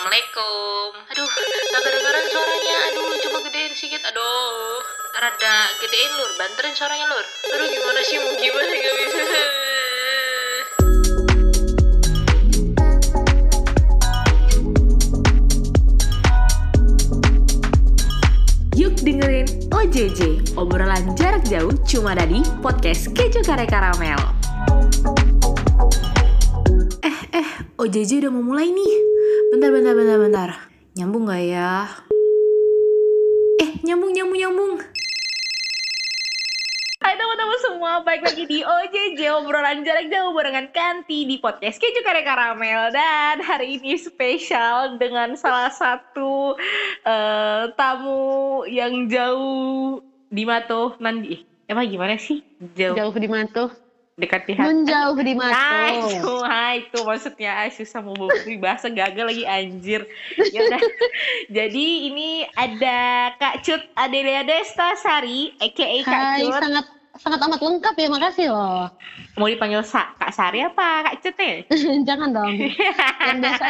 Assalamualaikum. Aduh, gak kedengeran suaranya. Aduh, coba gedein sedikit. Aduh, rada gedein lur. Banterin suaranya lur. Aduh, gimana sih? Mau gimana gak bisa. Yuk dengerin OJJ, obrolan jarak jauh cuma ada di podcast Keju Kare Karamel. OJJ udah mau mulai nih. Bentar. Nyambung gak ya? Nyambung. Hai teman-teman semua, balik lagi di OJJ, obrolan jarak jauh barengan Kanti di podcast Keju Kare Karamel. Dan hari ini spesial dengan salah satu tamu yang jauh di Mato Nandi. Emang gimana sih? Jauh di Mato. Dekat di hati. Menjauh di Mato. Itu maksudnya susah mau bahasa gagal lagi anjir. Yaudah. Jadi ini ada Kak Cut Adelia Desta Sari aka Kak Cut. Hai, sangat amat lengkap ya, makasih loh. Mau dipanggil Kak Sari apa Kak Cut nih? Jangan dong. Yang biasa.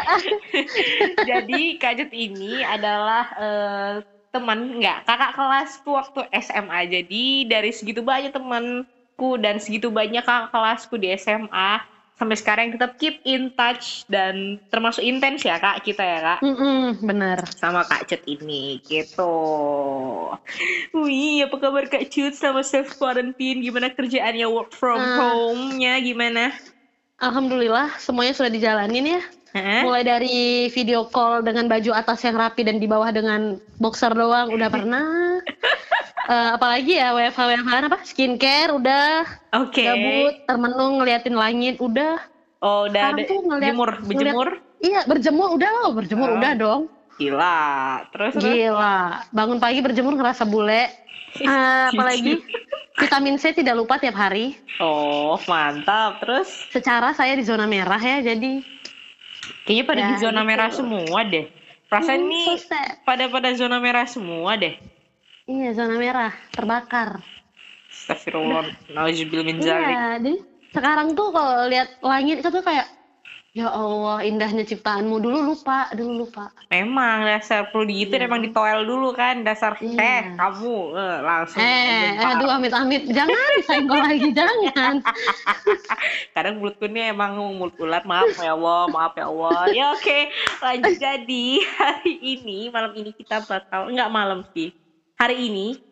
Jadi Kak Cut ini adalah kakak kelasku waktu SMA. Jadi dari segitu banyak temanku dan segitu banyak kakak kelasku di SMA sampai sekarang tetap keep in touch dan termasuk intens ya Kak kita ya Kak. Bener. Sama Kak Cut ini gitu. Wih, apa kabar Kak Cut sama self quarantine? Gimana kerjaannya, work from home-nya gimana? Alhamdulillah semuanya sudah dijalanin ya. Mulai dari video call dengan baju atas yang rapi dan di bawah dengan boxer doang udah pernah. Apalagi ya WFH apa skincare udah. Oke. Gabut termenung ngeliatin langit udah. Oh udah ada berjemur. Iya berjemur udah dong. Gila. Terus gila. Bangun pagi berjemur ngerasa bule. Apalagi vitamin C tidak lupa tiap hari. Oh mantap. Terus secara saya di zona merah ya, jadi kayaknya pada di zona gitu. merah semua deh. Perasaan nih pada zona merah semua deh. Iya, zona merah, terbakar. Astagfirullah, nauzubillah min dzalik. Iya, jadi sekarang tuh kalau lihat langit itu tuh kayak ya Allah, indahnya ciptaanmu. Dulu lupa. Memang dasar perlu digituin, emang ditoel dulu kan dasar kamu langsung. Aduh amit-amit, jangan disenggol lagi, jangan. Kadang mulutku nih emang mulut ulat, maaf ya Allah. Ya oke, lanjut. Jadi malam ini kita bakal hari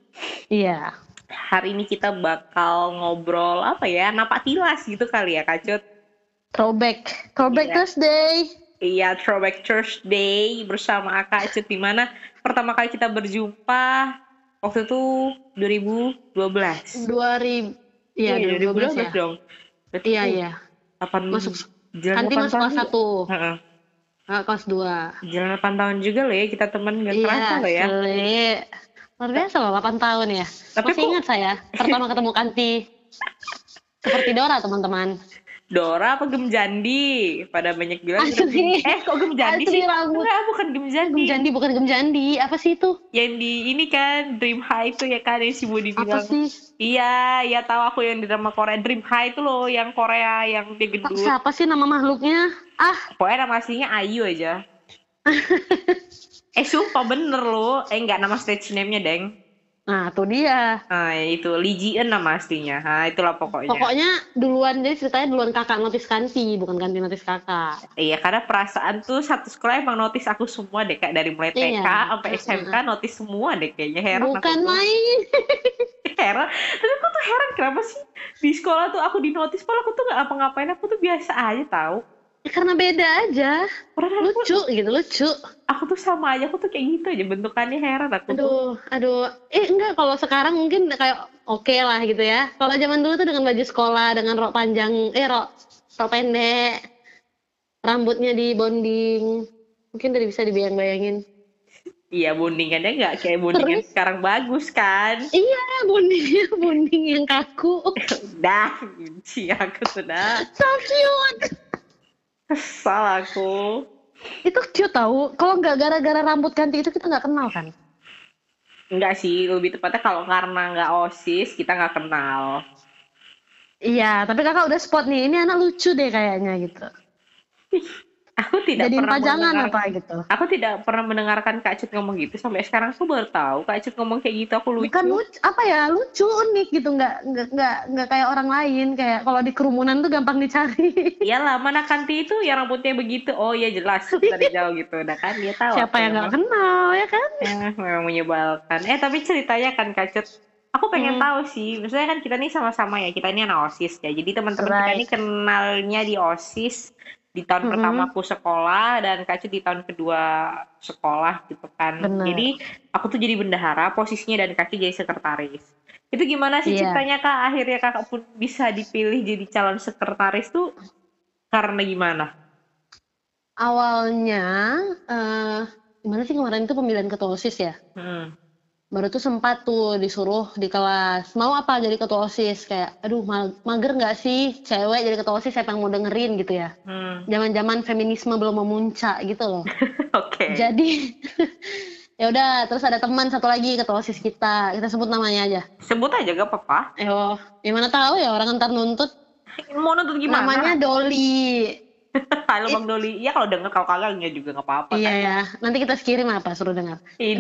ini kita bakal ngobrol apa ya, napak tilas gitu kali ya Kak Cut. Throwback Iya. Thursday. Iya, Throwback Thursday bersama Kak Cut, di mana pertama kali kita berjumpa waktu itu 2012. 2012 ya. Dong. Berarti Iya. Masuk jalan Kanti masuk kelas 1. Heeh. Kelas 2. Jalan 8 tahun juga loh ya kita teman, enggak terasa loh ya. Iya, luar biasa loh, 8 tahun ya. Tapi masih ingat saya pertama ketemu Kanti. Seperti Dora teman-teman. Dora apa Gemjandi? Pada banyak bilang Asli. kok Gemjandi sih? Rambut. Enggak, bukan Gemjandi. Bukan Gemjandi. Apa sih itu? Yang di ini kan Dream High itu ya kan, yang si Budi bilang. Apa sih? Iya, tahu aku yang di drama Korea Dream High itu loh, yang Korea yang dia gendut. Siapa sih nama makhluknya? Pokoknya nama aslinya Ayu aja. Sumpah bener loh. Enggak, nama stage name-nya, Deng. Nah, tuh dia. Nah, itu Lee Ji-eun nama aslinya. Nah, itulah pokoknya. Pokoknya jadi ceritanya duluan kakak notis Kanti, bukan Kanti notis kakak. Iya, karena perasaan tuh satu sekolah emang notis aku semua deh, Kak. Dari mulai TK sampai SMK notis semua deh kayaknya. Heran bukan aku. main. Heran. Tapi aku tuh heran kenapa sih di sekolah tuh aku dinotis, padahal aku tuh gak apa-ngapain, aku tuh biasa aja tahu. Karena beda aja. Lucu. Aku tuh sama aja, aku tuh kayak gitu aja bentukannya, heran aku. Aduh. Enggak, kalau sekarang mungkin kayak oke lah gitu ya. Kalau zaman dulu tuh dengan baju sekolah, dengan rok panjang, rok pendek, rambutnya di bonding. Mungkin udah bisa dibayang-bayangin. Iya, bondingannya nggak kayak bondingan sekarang bagus kan? Iya, bonding yang kaku. Dah, benci aku sudah. So cute. Kesal aku. Itu cute tahu. Kalau nggak gara-gara rambut ganti itu kita nggak kenal kan? Enggak sih, lebih tepatnya kalau karena nggak OSIS kita nggak kenal. Iya, tapi kakak udah spot nih. Ini anak lucu deh kayaknya gitu. Aku tidak Jadiin pernah pajangan mendengar, apa gitu. aku tidak pernah mendengarkan Kak Cut ngomong gitu sampai sekarang. Aku baru tahu Kak Cut ngomong kayak gitu. Aku lucu. Bukan lucu, apa ya, lucu, unik gitu, nggak kayak orang lain, kayak kalau di kerumunan tuh gampang dicari. Iyalah, mana Kanti itu yang rambutnya begitu. Oh iya jelas dari jauh gitu. Udah kan dia tahu. Siapa aku yang nggak memang- kenal ya kan? Ya, memang menyebalkan. Tapi ceritanya kan Kak Cut, aku pengen tahu sih. Misalnya kan kita nih sama-sama ya. Kita ini anak OSIS ya. Jadi teman-teman kita Right. ini kenalnya di OSIS di tahun pertama aku sekolah dan Kak Cut di tahun kedua sekolah gitu kan. Bener. Jadi aku tuh jadi bendahara posisinya dan Kak Cut jadi sekretaris. Itu gimana sih Iya. ceritanya Kak? Akhirnya Kakak pun bisa dipilih jadi calon sekretaris tuh karena gimana? Awalnya, gimana sih kemarin itu pemilihan ketua OSIS ya? Baru tuh sempat tuh disuruh di kelas, mau apa jadi ketua OSIS? Kayak, aduh mager nggak sih cewek jadi ketua OSIS, siapa yang mau dengerin gitu ya? Zaman-zaman feminisme belum memuncak gitu loh. Oke. Jadi, ya udah, terus ada teman satu lagi ketua OSIS kita sebut namanya aja. Sebut aja gak apa-apa. Ayo, gimana tahu ya orang ntar nuntut. Mau nuntut gimana? Namanya Doli. Halo Bang Doli. Iya kalau denger, kalau kagak enggak juga nggak apa-apa. Iya kan? ya, nanti kita kirim apa suruh dengar. Ini.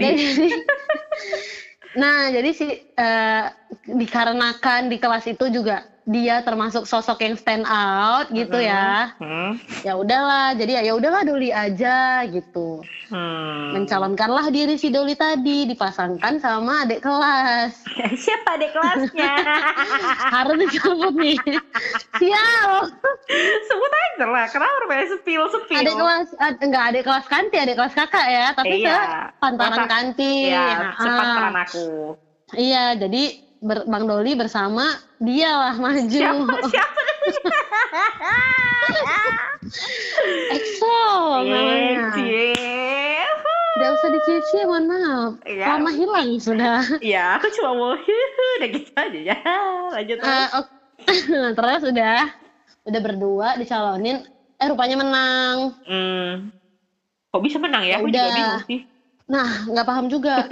Jadi dikarenakan di kelas itu juga dia termasuk sosok yang stand out gitu ya. Ya udahlah, jadi ya udahlah Doli aja gitu. Mencalonkanlah diri si Doli tadi, dipasangkan sama adik kelas. Siapa adik kelasnya? Harus disebut nih. Sial. Sebut aja lah. Kenapa harus spill? Adik kelas Kanti, adik kelas kakak ya, tapi Iya. pantaran Kanti. Iya, sepantaran aku. Iya, jadi Bang Doli bersama dia lah maju. Siapa? EXO namanya. Tidak usah dicie-cie, mohon maaf. Iya. Lama hilang sudah. Iya, aku cuma mau udah gitu aja ya. Lanjut terus. Terus udah berdua dicalonin, rupanya menang. Kok bisa menang ya? Aku juga Udah. bingung sih. Nah, nggak paham juga.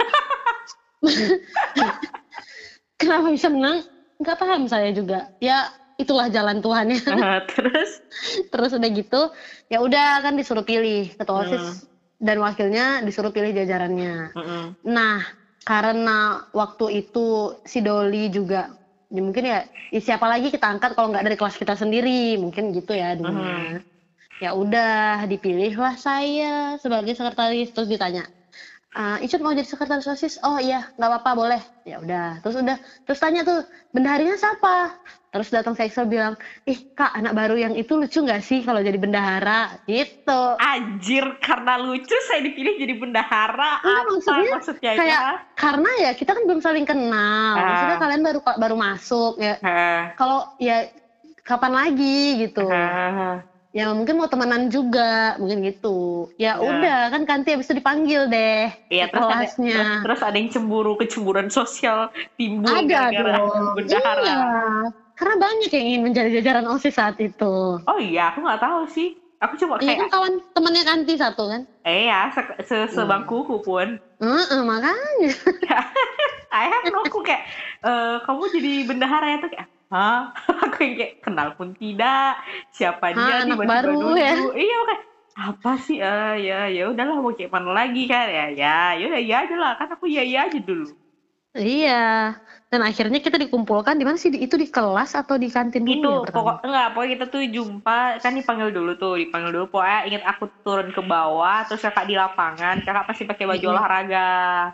Kenapa bisa menang? Nggak paham saya juga. Ya, itulah jalan Tuhan ya. Terus udah gitu, ya udah kan disuruh pilih ketua OSIS dan wakilnya disuruh pilih jajarannya. Nah, karena waktu itu si Doli juga, ya mungkin ya siapa lagi kita angkat kalau nggak dari kelas kita sendiri, mungkin gitu ya dulunya. Ya udah dipilihlah saya sebagai sekretaris, terus ditanya, Icut mau jadi sekretaris OSIS? Oh iya, nggak apa-apa, boleh. Ya udah, terus tanya tuh, bendaharinya siapa? Terus datang Sexo bilang, Kak, anak baru yang itu lucu nggak sih kalau jadi bendahara? Gitu. Anjir, karena lucu saya dipilih jadi bendahara. Maksudnya kayak karena ya kita kan belum saling kenal. Maksudnya kalian baru masuk ya. Kalau ya kapan lagi gitu. Ya mungkin mau temenan juga, mungkin gitu. Ya udah kan Kanti habis itu dipanggil deh. Iya, terus ada yang kecemburuan sosial timbul gara-gara bendahara. Iya, karena banyak yang ingin menjadi jajaran OSIS saat itu. Oh iya, aku nggak tahu sih. Aku cuma kayak. Iya kan kawan temannya Kanti satu kan? Iya, sebangkuku pun. Makanya. Aku kayak, kamu jadi bendahara ya tuh kayak. Hah? Aku yang kayak kenal pun tidak. Siapa dia anak baru ya. Iya kayak apa sih? Ya udahlah mau kayak mana lagi kan ya aja lah kan aku ya aja dulu. Iya. Dan akhirnya kita dikumpulkan di mana sih? Itu di kelas atau di kantin dulu? Itu pokoknya kita tuh jumpa kan dipanggil dulu pokoknya ingat aku turun ke bawah terus kakak di lapangan, kakak pasti pakai baju olahraga.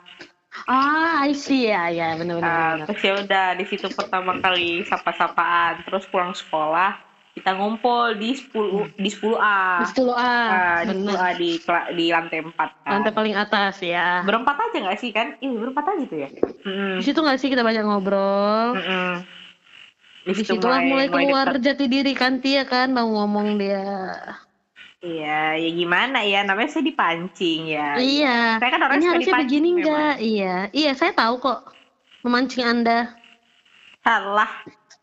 I see ya benar. Terus ya udah di situ pertama kali sapa-sapaan, terus pulang sekolah kita ngumpul di 10A. Di 10A. Di 10A di lantai 4 kan. Lantai paling atas ya. Berempat aja nggak sih kan? Berempat aja tuh ya. Di situ nggak sih kita banyak ngobrol. Di situlah mulai keluar jati diri Kanti ya kan, mau ngomong dia. Iya, ya gimana ya, namanya saya dipancing ya. Iya. Saya kan orang ini harusnya begini memang. enggak? Iya, saya tahu kok memancing Anda. Salah.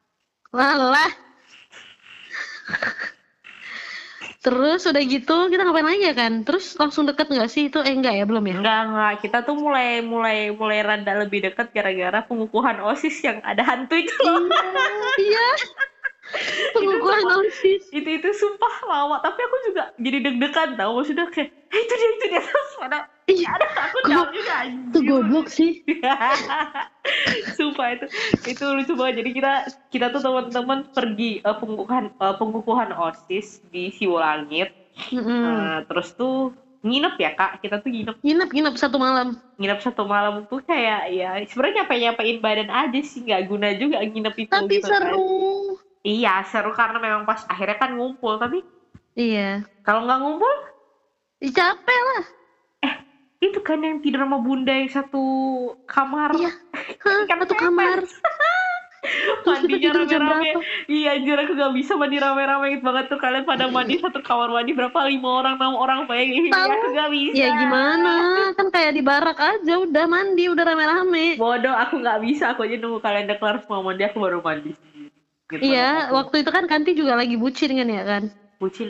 Terus udah gitu kita ngapain lagi ya kan? Terus langsung deket nggak sih itu? Enggak ya, belum ya? Enggak. Kita tuh mulai rada lebih deket gara-gara pengukuhan OSIS yang ada hantu itu. Iya. Pengukuhan OSIS. Itu sumpah lama, tapi aku juga jadi deg-degan tau, maksudnya kayak itu dia terus mana Ih, ada aku jawab juga itu anjir. goblok sih. Sumpah itu lucu banget. Jadi kita tuh teman-teman pergi pengukuhan OSIS di Siwolangit. Terus tuh nginep ya Kak, kita tuh Nginep 1 malam. nginep 1 malam tuh kayak ya sebenarnya nyapain badan aja sih, nggak guna juga nginep itu Tapi gitu kan. seru. Iya seru karena memang pas akhirnya kan ngumpul, tapi Iya. kalau nggak ngumpul Capek lah. itu kan yang tidur sama bunda yang satu kamar. Iya. Kan Satu kamar. Terus kita mandinya tidur jam rame-rame. berapa? Iya anjir, aku gak bisa mandi rame-rame, gitu banget tuh kalian pada mandi satu kamar mandi berapa, 5 orang 6 orang bayangin. Tahu. Aku gak bisa. Ya gimana? Kan kayak di barak aja, udah mandi, udah rame-rame. Bodoh, aku gak bisa. Aku aja nunggu kalian udah kelar semua mandi, aku baru mandi. Gitu Iya, banget aku. waktu itu kan Kanti juga lagi bucin kan ya kan? Bucin.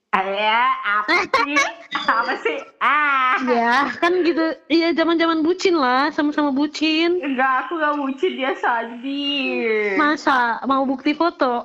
Apa sih? Ya, kan gitu. Iya, zaman-zaman bucin lah, sama-sama bucin. Enggak, aku gak bucin, dia sadis. Masa mau bukti foto?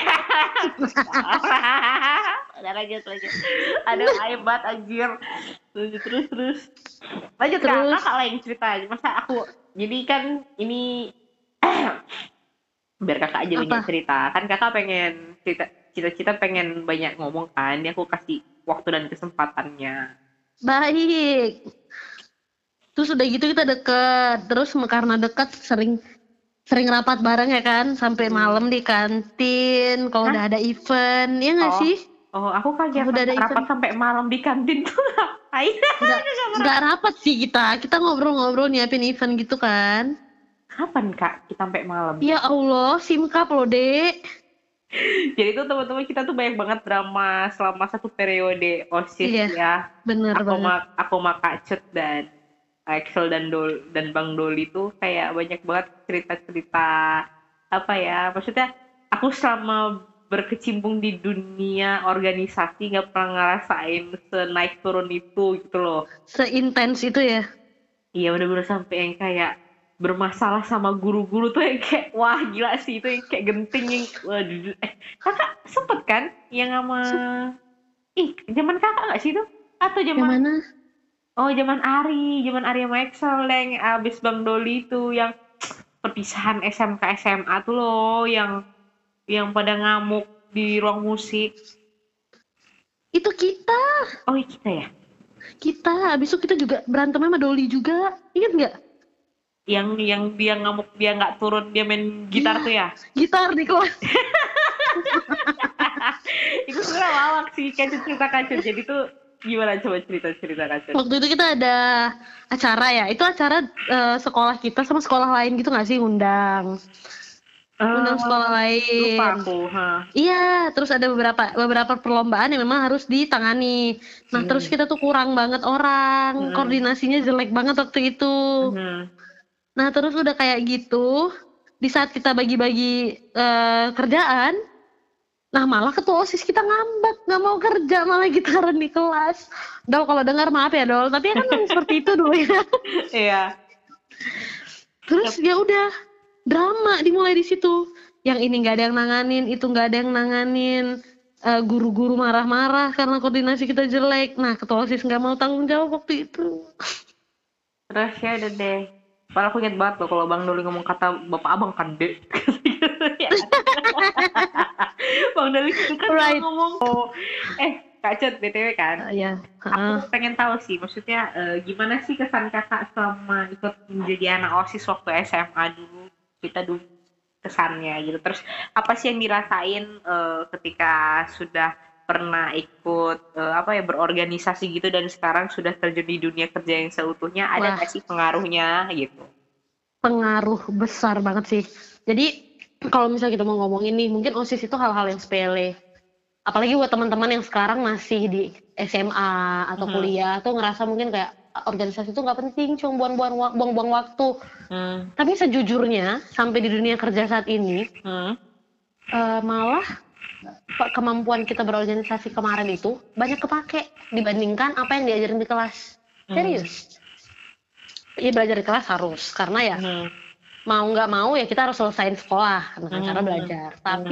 Udah lanjut. Aduh, hebat anjir. Terus. Lanjut Kak, kakak lah yang cerita. Masa aku, jadi kan ini biar kakak aja banyak cerita. Kan kakak pengen cita-cita pengen banyak ngomong kan. Ini aku kasih waktu dan kesempatannya. Baik. Terus udah gitu kita deket. Terus karena deket sering rapat bareng ya kan, sampai malam di kantin kalau udah ada event, ya nggak sih? Oh, aku kaget Udah ada rapat event. sampai malam di kantin tuh ngapain? Nggak rapat sih kita ngobrol-ngobrol nyiapin event gitu kan. Kapan Kak kita sampai malam? Ya Allah, simkap loh Dek. Jadi tuh teman-teman kita tuh banyak banget drama selama satu periode OSIS ya. Bener banget. Aku sama Kak Cut dan Axel dan Bang Doli tuh kayak banyak banget cerita-cerita apa ya, maksudnya aku selama berkecimpung di dunia organisasi nggak pernah ngerasain senaik turun itu gitu loh. Seintens itu ya? Iya bener-bener sampai yang kayak bermasalah sama guru-guru tuh yang kayak wah gila sih, itu yang kayak genting yang waduh. Kakak sempet kan yang sama zaman kakak nggak sih itu atau zaman Yang mana? Oh, zaman Ari sama Excel yang abis Bang Doli itu yang perpisahan SMK SMA tuh loh, yang pada ngamuk di ruang musik. Itu kita. Oh, iya kita ya? Kita, abis itu kita juga berantem sama Doli juga. Ingat nggak? Yang dia ngamuk, dia nggak turun, dia main gitar tuh ya? Gitar di kelas. Itu sebenarnya lawak sih, kayak cerita Kacut. Jadi tuh gimana, coba cerita Kacut? Waktu itu kita ada acara ya, itu acara sekolah kita sama sekolah lain gitu nggak sih, undang sekolah lain. Lupa aku. Iya, terus ada beberapa perlombaan yang memang harus ditangani. Nah, terus kita tuh kurang banget orang, koordinasinya jelek banget waktu itu. Nah, terus udah kayak gitu, di saat kita bagi-bagi kerjaan, nah malah ketua OSIS kita ngambek, nggak mau kerja, malah gitaran di kelas. Dol, kalau dengar maaf ya Dol, tapi kan memang seperti itu dulu ya. Iya. Terus ya udah, drama dimulai di situ. Yang ini nggak ada yang nanganin, itu nggak ada yang nanganin. Guru-guru marah-marah karena koordinasi kita jelek. Nah, ketua OSIS nggak mau tanggung jawab waktu itu. Terus ya udah deh. Padahal aku inget banget loh kalau Bang Doli ngomong kata bapak abang kan dek. Bang Doli itu kan ngomong, Kak Cut BTW kan. Iya. Aku pengen tahu sih, maksudnya gimana sih kesan kakak selama ikut menjadi anak OSIS waktu SMA dulu, kita dulu kesannya gitu. Terus apa sih yang dirasain ketika sudah pernah ikut berorganisasi gitu dan sekarang sudah terjun di dunia kerja yang seutuhnya, ada nggak sih pengaruhnya gitu? Pengaruh besar banget sih. Jadi kalau misalnya kita mau ngomongin nih, mungkin OSIS itu hal-hal yang sepele. Apalagi buat teman-teman yang sekarang masih di SMA atau kuliah tuh ngerasa mungkin kayak organisasi itu nggak penting, cuma buang-buang waktu. Tapi sejujurnya sampai di dunia kerja saat ini, malah kemampuan kita berorganisasi kemarin itu banyak kepake dibandingkan apa yang diajarin di kelas. Serius. Iya, belajar di kelas harus, karena ya mau nggak mau ya kita harus selesaiin sekolah dengan cara belajar. Tapi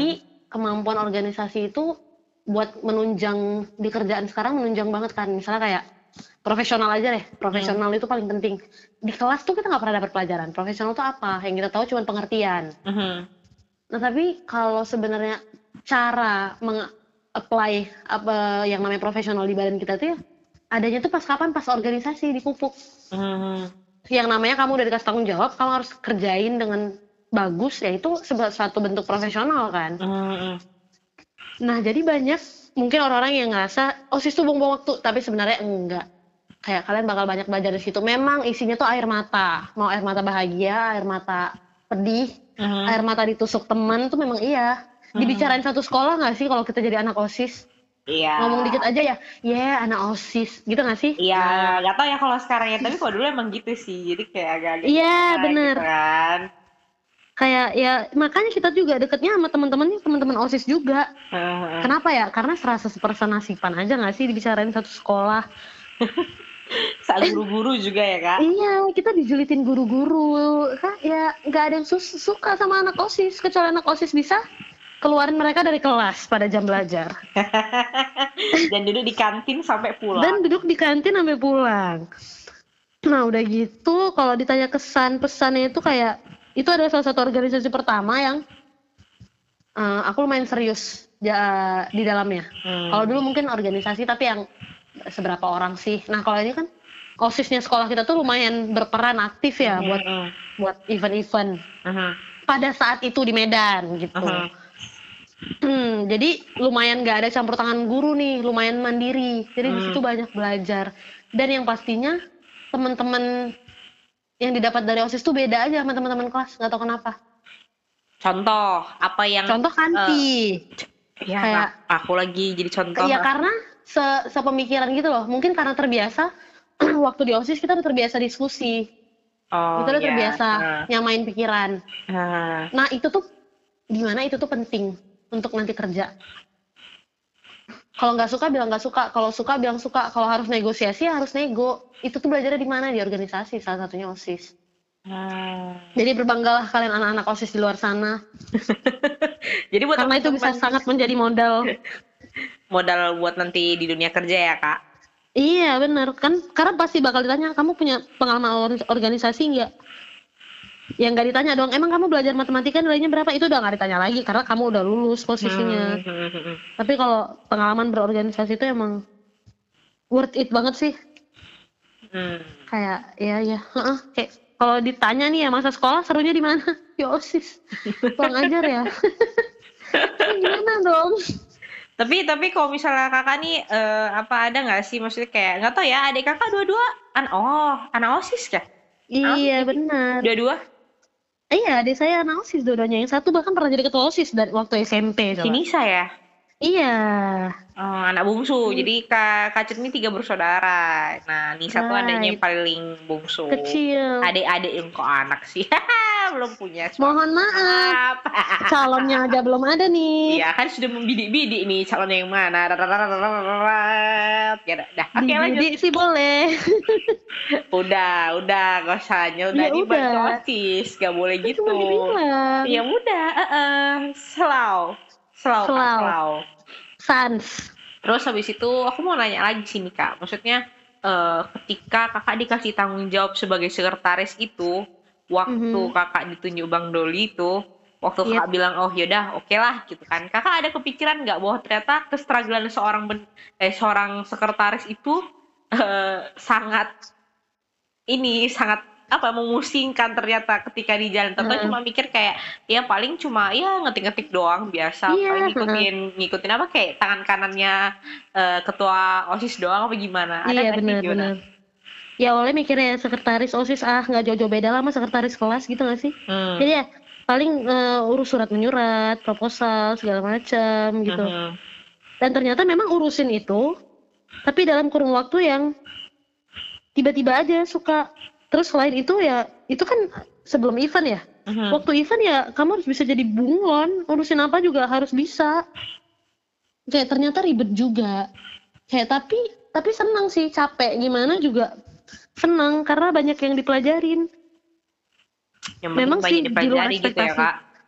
kemampuan organisasi itu buat menunjang di kerjaan sekarang menunjang banget kan. Misalnya kayak profesional aja deh, profesional itu paling penting. Di kelas tuh kita nggak pernah dapat pelajaran. Profesional tuh apa? Yang kita tahu cuma pengertian. Nah tapi kalau sebenarnya cara meng-apply apa yang namanya profesional di badan kita tuh ya adanya tuh pas kapan? Pas organisasi di pupuk. Yang namanya kamu udah dikasih tanggung jawab, kamu harus kerjain dengan bagus, ya itu suatu bentuk profesional kan. Nah jadi banyak mungkin orang-orang yang ngerasa OSIS tuh buang-buang waktu, tapi sebenarnya enggak. Kayak kalian bakal banyak belajar di situ. Memang isinya tuh air mata, mau air mata bahagia, air mata pedih, air mata ditusuk teman tuh memang iya. Dibicarain satu sekolah nggak sih kalau kita jadi anak OSIS? Iya. Ngomong dikit aja ya, anak OSIS, gitu nggak sih? Iya, nggak tahu ya kalau sekarang ya, tapi kalau dulu emang gitu sih. Jadi kayak agak-agak Iya, bener. gitu kan. Kayak ya makanya kita juga deketnya sama teman-teman OSIS juga. Kenapa ya? Karena serasa sepersenasipan aja nggak sih dibicarain satu sekolah. Saat guru-guru juga ya kak. Iya, kita dijulitin guru-guru. Kak, ya nggak ada yang suka sama anak OSIS. Kecuali anak OSIS bisa keluarin mereka dari kelas pada jam belajar. Dan duduk di kantin sampai pulang. Nah udah gitu, kalau ditanya kesan pesannya itu kayak itu adalah salah satu organisasi pertama yang aku lumayan serius di dalamnya. Kalau dulu mungkin organisasi tapi yang seberapa orang sih. Nah kalau ini kan OSISnya sekolah kita tuh lumayan berperan aktif ya buat event-event pada saat itu di Medan gitu. Jadi lumayan nggak ada campur tangan guru nih, lumayan mandiri. Jadi di situ banyak belajar. Dan yang pastinya teman-teman yang didapat dari OSIS tuh beda aja sama teman-teman kelas, nggak tahu kenapa. Contoh apa yang? Contoh kanti. Ya kayak aku lagi jadi contoh. Ya karena sepemikiran gitu loh. Mungkin karena terbiasa waktu di OSIS kita udah terbiasa diskusi. Kita udah terbiasa nyamain pikiran. Nah itu tuh gimana? Itu tuh penting untuk nanti kerja. Kalau nggak suka bilang nggak suka, kalau suka bilang suka, kalau harus negosiasi harus nego. Itu tuh belajarnya di mana? Di organisasi, salah satunya OSIS. Jadi berbanggalah kalian anak-anak OSIS di luar sana. Jadi buat karena itu bisa sangat menjadi modal buat nanti di dunia kerja ya kak. Iya benar kan, karena pasti bakal ditanya kamu punya pengalaman organisasi nggak? Yang nggak ditanya doang, emang kamu belajar matematika nilainya berapa? Itu udah nggak ditanya lagi karena kamu udah lulus posisinya. Tapi kalau pengalaman berorganisasi itu emang worth it banget sih. Kayak kayak kalau ditanya nih ya masa sekolah serunya di mana? Di OSIS. Kurang ajar ya. Gimana dong? Tapi kalau misalnya kakak nih apa ada nggak sih, maksudnya kayak nggak tahu ya, adik kakak dua-dua anak OSIS kah? Iya benar. Dua-dua? Iya, adik saya anak OSIS dua-duanya. Yang satu bahkan pernah jadi ketua OSIS dari waktu SMP. Si Nisa ya? Iya. Anak bungsu. Jadi Kak Cut ini 3 bersaudara. Nah, Nisa tuh adanya yang paling bungsu. Kecil. Adik-adik yang kok anak sih. Belum punya. Mohon maaf. Calonnya aja belum ada nih. Iya, kan sudah membidik-bidik nih calonnya yang mana. Ya udah. Oke, lanjut. Bidik sih boleh. Udah, gak usah udah di OSIS, gak boleh gitu. Ya udah, slow. Sans. Terus habis itu aku mau nanya lagi sini kak, maksudnya ketika kakak dikasih tanggung jawab sebagai sekretaris itu, waktu kakak ditunjuk Bang Doli itu, waktu kakak bilang oh yaudah oke lah gitu kan, kakak ada kepikiran nggak bahwa ternyata kestrugglan seorang sekretaris itu sangat memusingkan ternyata ketika di jalan. Ternyata cuma mikir kayak ya paling cuma ya ngetik-ngetik doang biasa, paling ngikutin apa kayak tangan kanannya ketua OSIS doang apa gimana. Ada benar. Ya oleh mikirnya sekretaris OSIS nggak jauh-jauh beda lah sama sekretaris kelas gitu nggak sih? Jadi ya paling urus surat menyurat, proposal segala macam gitu. Dan ternyata memang urusin itu, tapi dalam kurun waktu yang tiba-tiba aja suka. Terus selain itu ya, itu kan sebelum event ya. Waktu event ya kamu harus bisa jadi bunglon, urusin apa juga harus bisa. Kayak ternyata ribet juga. Kayak tapi senang sih, capek gimana juga senang karena banyak yang dipelajarin. Yang memang sih di luar ekspektasi. Gitu ya, Kak?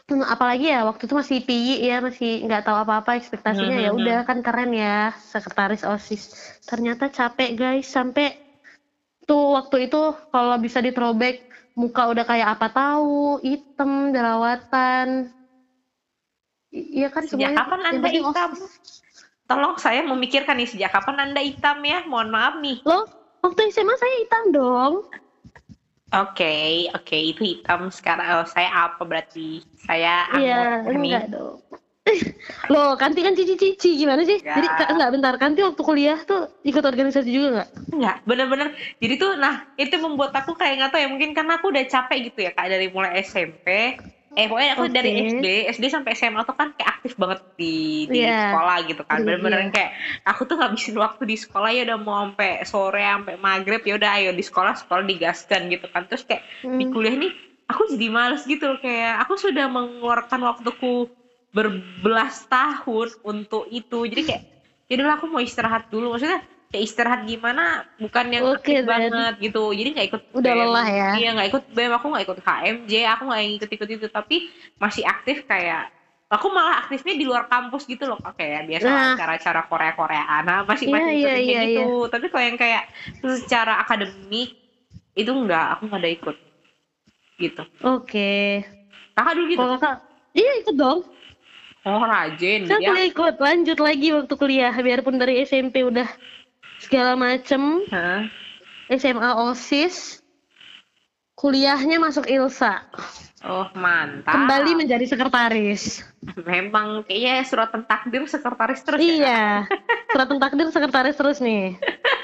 apalagi ya waktu itu masih PI ya, masih nggak tahu apa-apa, ekspektasinya ya udah kan keren ya sekretaris OSIS. Ternyata capek guys, sampai tuh waktu itu kalau bisa di throwback muka udah kayak apa tahu, hitam, jerawatan. Iya kan Sejak semuanya kapan yang Anda penting hitam? Tolong saya memikirkan nih, sejak kapan Anda hitam ya? Mohon maaf nih. Loh, waktu SMA saya hitam dong. Oke, itu hitam. Sekarang saya apa berarti? Saya Iya, anggota nih. enggak dong. Loh, Kanti kan cici-cici gimana sih? Enggak. Jadi enggak bentar, Kanti waktu kuliah tuh ikut organisasi juga enggak? Enggak, bener-bener. Jadi tuh, nah itu membuat aku kayak nggak tahu ya, mungkin karena aku udah capek gitu ya kak, dari mulai SMP. Pokoknya aku dari SD sampai SMA tuh kan kayak aktif banget di sekolah gitu kan. Bener-bener kayak aku tuh ngabisin waktu di sekolah ya udah mau sampai sore, sampai maghrib, ya udah ayo di sekolah digaskan gitu kan. Terus kayak di kuliah nih aku jadi males gitu loh, kayak aku sudah mengeluarkan waktuku berbelas tahun untuk itu. Jadi kayak ya udah aku mau istirahat dulu. Maksudnya kayak istirahat gimana, bukan yang aktif banget gitu. Jadi nggak ikut udah BEM. lelah ya. Iya, nggak ikut BEM, aku nggak ikut KMJ, aku nggak ikut itu, tapi masih aktif. Kayak aku malah aktifnya di luar kampus gitu loh, kayak biasa acara-acara Korea-Koreaan. Nah, masih ikutin gitu. Tapi kalau yang kayak secara akademik itu enggak, aku nggak ada ikut gitu. Oke. Kakak dulu gitu? Kalau kakak, iya ikut dong. Oh, rajin Saya ya. kuliah ikut, lanjut lagi waktu kuliah, biarpun dari SMP udah segala macem. SMA OSIS, kuliahnya masuk ILSA. Oh, mantap. Kembali menjadi sekretaris. Memang kayaknya suratan takdir sekretaris terus iya, suratan takdir sekretaris terus nih.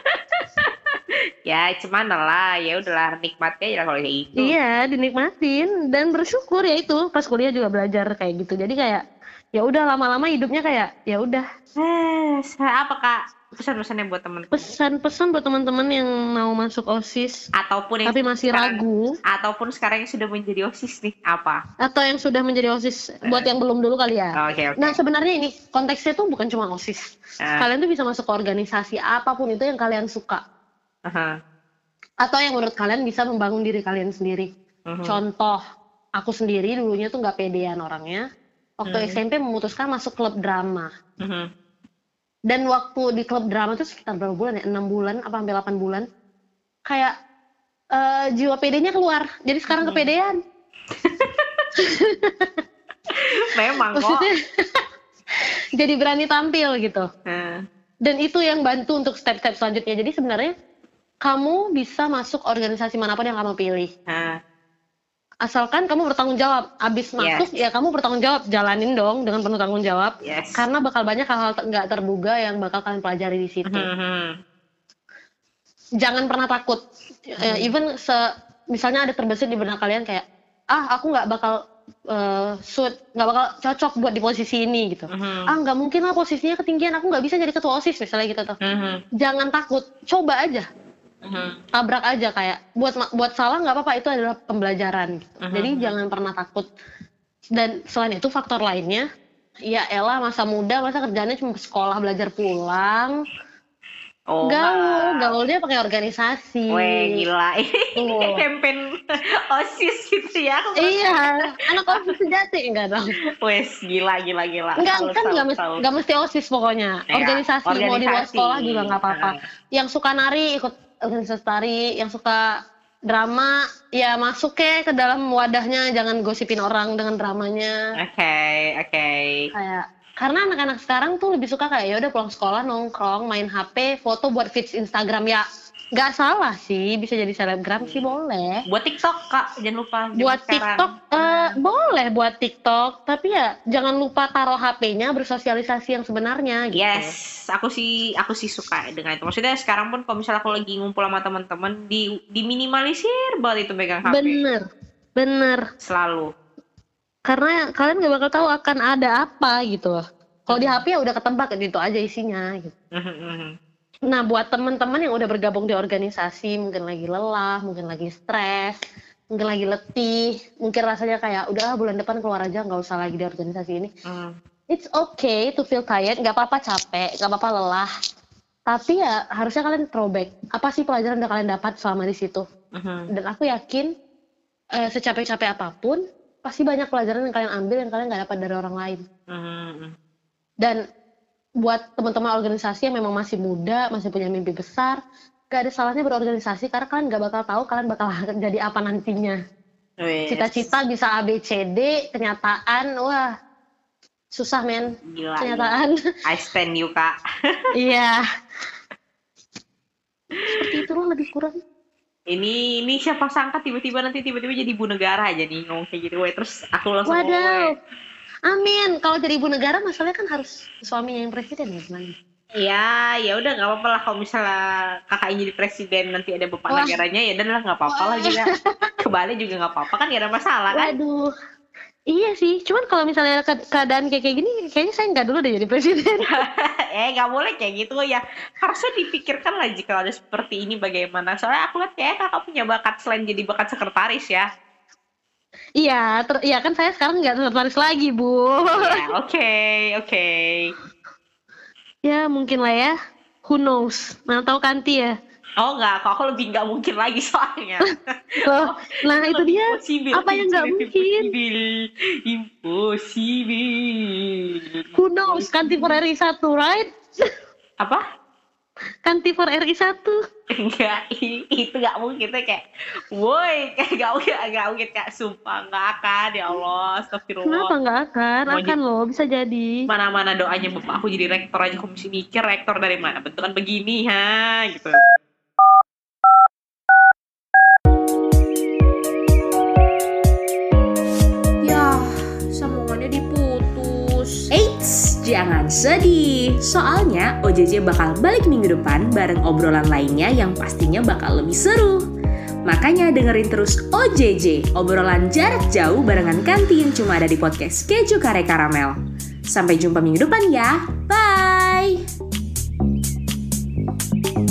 Ya cuman lah, ya udahlah, nikmatnya aja kalau kayak gitu. Iya, dinikmatin dan bersyukur ya itu. Pas kuliah juga belajar kayak gitu. Jadi kayak ya udah lama-lama hidupnya kayak ya udah. Apa kak pesan-pesannya buat teman? Pesan-pesan buat teman-teman yang mau masuk OSIS ataupun yang tapi masih ragu, ataupun sekarang yang sudah menjadi OSIS nih, apa? Atau yang sudah menjadi OSIS, buat yang belum dulu kali ya. Okay. Nah sebenarnya ini konteksnya tuh bukan cuma OSIS. Kalian tuh bisa masuk ke organisasi apapun itu yang kalian suka. Atau yang menurut kalian bisa membangun diri kalian sendiri. Contoh, aku sendiri dulunya tuh nggak pedean orangnya. Waktu SMP memutuskan masuk klub drama. Dan waktu di klub drama tuh sekitar berapa bulan ya? 6 bulan apa sampai 8 bulan. Kayak jiwa pedenya keluar. Jadi sekarang kepedean. Memang kok. Jadi berani tampil gitu. Dan itu yang bantu untuk step-step selanjutnya. Jadi sebenarnya kamu bisa masuk organisasi manapun yang kamu pilih. Asalkan kamu bertanggung jawab. Abis masuk ya kamu bertanggung jawab, jalanin dong dengan penuh tanggung jawab. Karena bakal banyak hal-hal nggak terduga yang bakal kalian pelajari di situ. Jangan pernah takut. Even misalnya ada terbesit di benak kalian kayak, aku nggak bakal nggak bakal cocok buat di posisi ini gitu. Nggak mungkin lah posisinya ketinggian, aku nggak bisa jadi ketua OSIS misalnya gitu tuh. Jangan takut, coba aja. Tabrak aja, kayak buat salah nggak apa-apa, itu adalah pembelajaran gitu. Jadi jangan pernah takut. Dan selain itu faktor lainnya, ya elah masa muda, masa kerjanya cuma sekolah belajar pulang. Gaulnya pakai organisasi. Weh gila, campaign OSIS gitu ya. Iya, anak OSIS sejati enggak dong. Wes gila. Enggak mesti OSIS pokoknya. Organisasi mau di luar sekolah juga nggak apa-apa. Yang suka nari ikut organisasi tari, yang suka drama ya masuk ke dalam wadahnya, jangan gosipin orang dengan dramanya. Oke. Kayak karena anak-anak sekarang tuh lebih suka kayak ya udah pulang sekolah nongkrong, main HP, foto buat feeds Instagram. Ya nggak salah sih, bisa jadi selebgram sih, boleh. Buat TikTok kak, jangan lupa. Buat TikTok boleh buat TikTok, tapi ya jangan lupa taruh HP-nya bersosialisasi yang sebenarnya gitu. Yes, aku sih suka dengan itu. Maksudnya sekarang pun kalau misalnya aku lagi ngumpul sama teman-teman, diminimalisir banget itu megang HP. Bener. Selalu. Karena kalian gak bakal tahu akan ada apa gitu. Kalau di HP ya udah ketebak gitu aja isinya gitu. Nah buat teman-teman yang udah bergabung di organisasi, mungkin lagi lelah, mungkin lagi stres, mungkin lagi letih, mungkin rasanya kayak udah bulan depan keluar aja, nggak usah lagi di organisasi ini. It's okay to feel tired, nggak apa-apa capek, nggak apa-apa lelah. Tapi ya harusnya kalian throwback. Apa sih pelajaran yang kalian dapat selama di situ? Dan aku yakin secapek-capek apapun, pasti banyak pelajaran yang kalian ambil yang kalian nggak dapat dari orang lain. Dan buat teman-teman organisasi yang memang masih muda, masih punya mimpi besar, gak ada salahnya berorganisasi karena kalian gak bakal tahu kalian bakal jadi apa nantinya. Cita-cita bisa A, B, C, D, kenyataan, wah susah men. Gila, kenyataan. I stand you, Kak. Iya. Seperti itu loh lebih kurang. Ini siapa sangka tiba-tiba jadi ibu negara aja nih ngomong kayak gitu. Terus aku langsung Wadaw. Amin. Kalau jadi ibu negara masalahnya kan harus suaminya yang presiden ya gimana? Ya udah nggak apa-apa lah kalau misalnya kakaknya jadi presiden nanti ada bapak negaranya ya dan lah nggak apa-apa lah juga. Kebalik juga nggak apa-apa kan, nggak ada masalah kan. Waduh. Iya sih, cuman kalau misalnya keadaan kayak gini, kayaknya saya nggak dulu deh jadi presiden. Nggak boleh kayak gitu ya. Harusnya dipikirkan lah jika ada seperti ini bagaimana. Soalnya aku lihat kayak kakak punya bakat selain jadi bakat sekretaris ya. Iya, iya kan saya sekarang nggak sekretaris lagi, Bu. Ya, oke. Ya mungkin lah ya. Who knows? Mana tahu Kanti ya. Oh enggak, kok aku lebih nggak mungkin lagi soalnya. Loh, nah itu dia. Apa yang nggak mungkin? Impossible. Who knows? Kanti for RI 1, right? Apa? Kanti for RI 1. Enggak, itu nggak mungkin tuh kayak, woi, kayak nggak mungkin Kak, sumpah nggak akan, ya Allah, astagfirullah. Kenapa nggak akan? Akan loh, bisa jadi. Mana doanya bapak aku jadi rektor aja, aku mesti mikir rektor dari mana, bentukan begini, gitu. Sambungannya diputus. Eits, jangan sedih. Soalnya OJJ bakal balik minggu depan bareng obrolan lainnya yang pastinya bakal lebih seru. Makanya dengerin terus OJJ, obrolan jarak jauh barengan Kanti yang cuma ada di podcast Keju Kare Karamel. Sampai jumpa minggu depan ya. Bye!